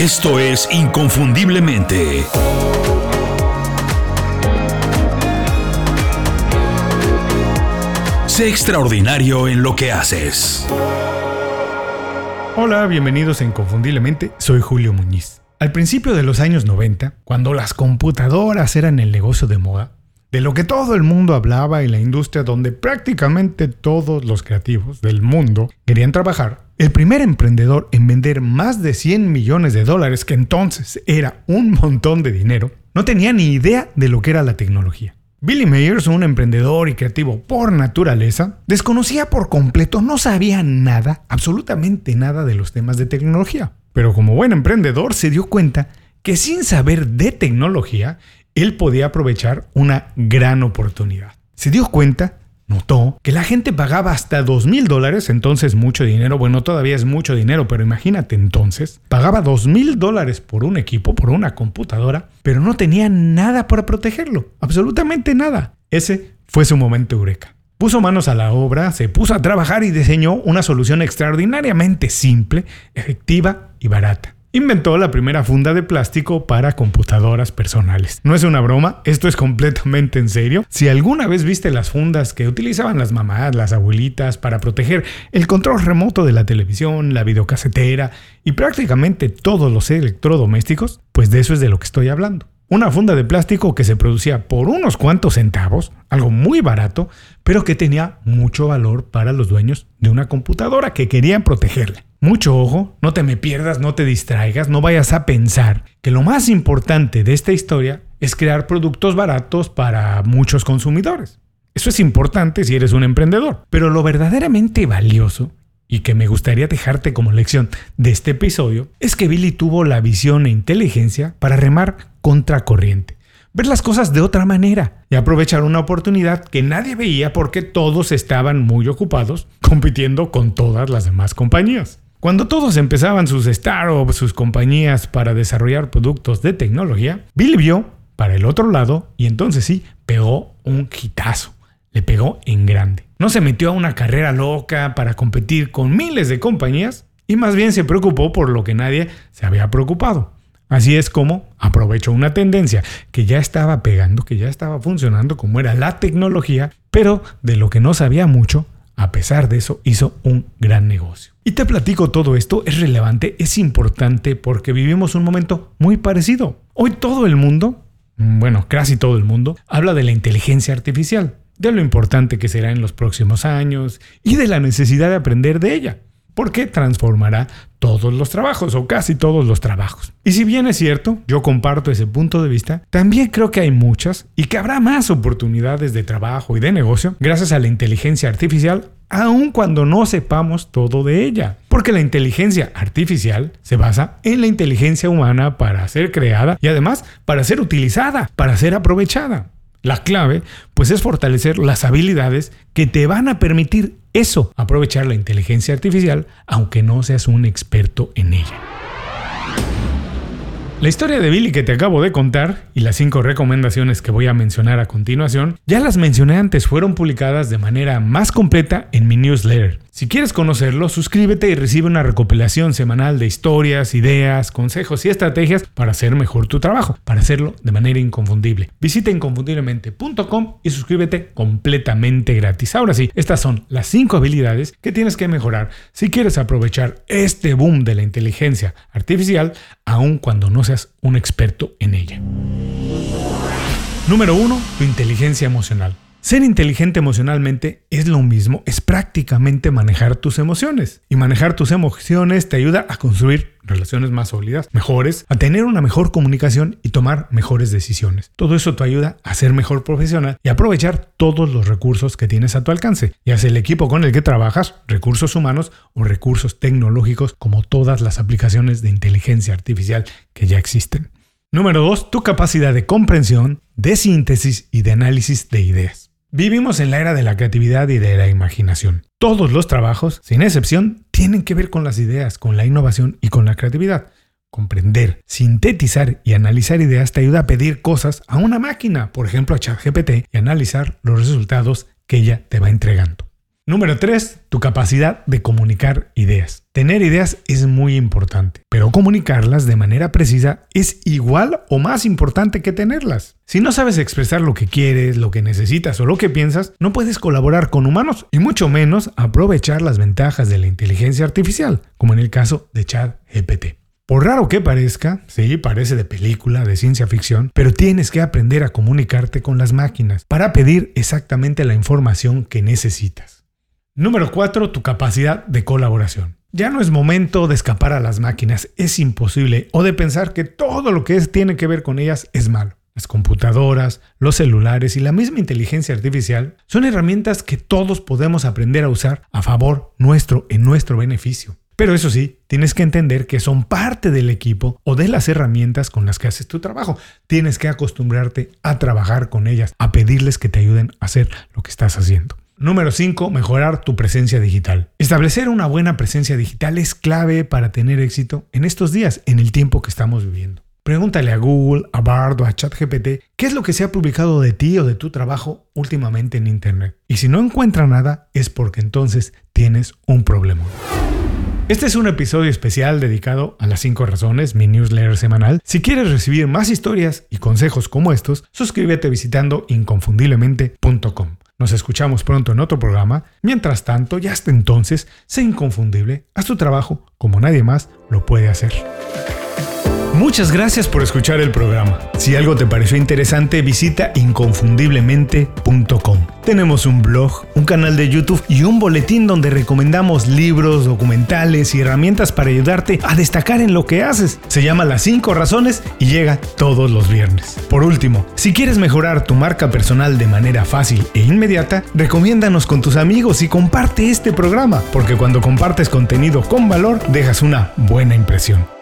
Esto es Inconfundiblemente. Sé extraordinario en lo que haces. Hola, bienvenidos a Inconfundiblemente, soy Julio Muñiz. Al principio de los años 90, cuando las computadoras eran el negocio de moda, de lo que todo el mundo hablaba y la industria donde prácticamente todos los creativos del mundo querían trabajar, el primer emprendedor en vender más de $100 millones, que entonces era un montón de dinero, no tenía ni idea de lo que era la tecnología. Billy Meyers, un emprendedor y creativo por naturaleza, desconocía por completo, no sabía nada, absolutamente nada de los temas de tecnología. Pero como buen emprendedor se dio cuenta que sin saber de tecnología, él podía aprovechar una gran oportunidad. Se dio cuenta, notó, que la gente pagaba hasta $2,000, entonces mucho dinero, bueno, todavía es mucho dinero, pero imagínate entonces, pagaba $2,000 por un equipo, por una computadora, pero no tenía nada para protegerlo, absolutamente nada. Ese fue su momento eureka. Puso manos a la obra, se puso a trabajar y diseñó una solución extraordinariamente simple, efectiva y barata. Inventó la primera funda de plástico para computadoras personales. No es una broma, esto es completamente en serio. Si alguna vez viste las fundas que utilizaban las mamás, las abuelitas para proteger el control remoto de la televisión, la videocasetera y prácticamente todos los electrodomésticos, pues de eso es de lo que estoy hablando. Una funda de plástico que se producía por unos cuantos centavos, algo muy barato, pero que tenía mucho valor para los dueños de una computadora que querían protegerla. Mucho ojo, no te me pierdas, no te distraigas, no vayas a pensar que lo más importante de esta historia es crear productos baratos para muchos consumidores. Eso es importante si eres un emprendedor, pero lo verdaderamente valioso y que me gustaría dejarte como lección de este episodio es que Billy tuvo la visión e inteligencia para remar contracorriente, ver las cosas de otra manera y aprovechar una oportunidad que nadie veía porque todos estaban muy ocupados compitiendo con todas las demás compañías. Cuando todos empezaban sus startups, sus compañías para desarrollar productos de tecnología, Billy vio para el otro lado y entonces sí, pegó un hitazo. Le pegó en grande. No se metió a una carrera loca para competir con miles de compañías y más bien se preocupó por lo que nadie se había preocupado. Así es como aprovechó una tendencia que ya estaba pegando, que ya estaba funcionando como era la tecnología, pero de lo que no sabía mucho, a pesar de eso hizo un gran negocio. Y te platico todo esto, es relevante, es importante porque vivimos un momento muy parecido. Hoy todo el mundo, bueno, casi todo el mundo, habla de la inteligencia artificial, de lo importante que será en los próximos años y de la necesidad de aprender de ella, porque transformará todos los trabajos o casi todos los trabajos. Y si bien es cierto, yo comparto ese punto de vista, también creo que hay muchas y que habrá más oportunidades de trabajo y de negocio gracias a la inteligencia artificial, aun cuando no sepamos todo de ella. Porque la inteligencia artificial se basa en la inteligencia humana para ser creada y además para ser utilizada, para ser aprovechada. La clave, pues, es fortalecer las habilidades que te van a permitir eso, aprovechar la inteligencia artificial, aunque no seas un experto en ella. La historia de Billy que te acabo de contar y las 5 recomendaciones que voy a mencionar a continuación, ya las mencioné antes, fueron publicadas de manera más completa en mi newsletter. Si quieres conocerlo, suscríbete y recibe una recopilación semanal de historias, ideas, consejos y estrategias para hacer mejor tu trabajo, para hacerlo de manera inconfundible. Visita inconfundiblemente.com y suscríbete completamente gratis. Ahora sí, estas son las 5 habilidades que tienes que mejorar si quieres aprovechar este boom de la inteligencia artificial, aun cuando no seas un experto en ella. Número 1. Tu inteligencia emocional. Ser inteligente emocionalmente es lo mismo, es prácticamente manejar tus emociones. Y manejar tus emociones te ayuda a construir relaciones más sólidas, mejores, a tener una mejor comunicación y tomar mejores decisiones. Todo eso te ayuda a ser mejor profesional y aprovechar todos los recursos que tienes a tu alcance, ya sea el equipo con el que trabajas, recursos humanos o recursos tecnológicos como todas las aplicaciones de inteligencia artificial que ya existen. Número 2. Tu capacidad de comprensión, de síntesis y de análisis de ideas. Vivimos en la era de la creatividad y de la imaginación. Todos los trabajos, sin excepción, tienen que ver con las ideas, con la innovación y con la creatividad. Comprender, sintetizar y analizar ideas te ayuda a pedir cosas a una máquina, por ejemplo a ChatGPT, y analizar los resultados que ella te va entregando. Número 3, tu capacidad de comunicar ideas. Tener ideas es muy importante, pero comunicarlas de manera precisa es igual o más importante que tenerlas. Si no sabes expresar lo que quieres, lo que necesitas o lo que piensas, no puedes colaborar con humanos y mucho menos aprovechar las ventajas de la inteligencia artificial, como en el caso de ChatGPT. Por raro que parezca, sí, parece de película, de ciencia ficción, pero tienes que aprender a comunicarte con las máquinas para pedir exactamente la información que necesitas. Número 4, tu capacidad de colaboración. Ya no es momento de escapar a las máquinas, es imposible, o de pensar que todo lo que tiene que ver con ellas es malo. Las computadoras, los celulares y la misma inteligencia artificial son herramientas que todos podemos aprender a usar a favor nuestro, en nuestro beneficio. Pero eso sí, tienes que entender que son parte del equipo o de las herramientas con las que haces tu trabajo. Tienes que acostumbrarte a trabajar con ellas, a pedirles que te ayuden a hacer lo que estás haciendo. Número 5, mejorar tu presencia digital. Establecer una buena presencia digital es clave para tener éxito en estos días, en el tiempo que estamos viviendo. Pregúntale a Google, a Bard o a ChatGPT qué es lo que se ha publicado de ti o de tu trabajo últimamente en Internet. Y si no encuentra nada, es porque entonces tienes un problema. Este es un episodio especial dedicado a las 5 razones, mi newsletter semanal. Si quieres recibir más historias y consejos como estos, suscríbete visitando inconfundiblemente.com. Nos escuchamos pronto en otro programa. Mientras tanto, y hasta entonces, sé inconfundible. Haz tu trabajo como nadie más lo puede hacer. Muchas gracias por escuchar el programa. Si algo te pareció interesante, visita inconfundiblemente.com. Tenemos un blog, un canal de YouTube y un boletín donde recomendamos libros, documentales y herramientas para ayudarte a destacar en lo que haces. Se llama Las 5 Razones y llega todos los viernes. Por último, si quieres mejorar tu marca personal de manera fácil e inmediata, recomiéndanos con tus amigos y comparte este programa, porque cuando compartes contenido con valor, dejas una buena impresión.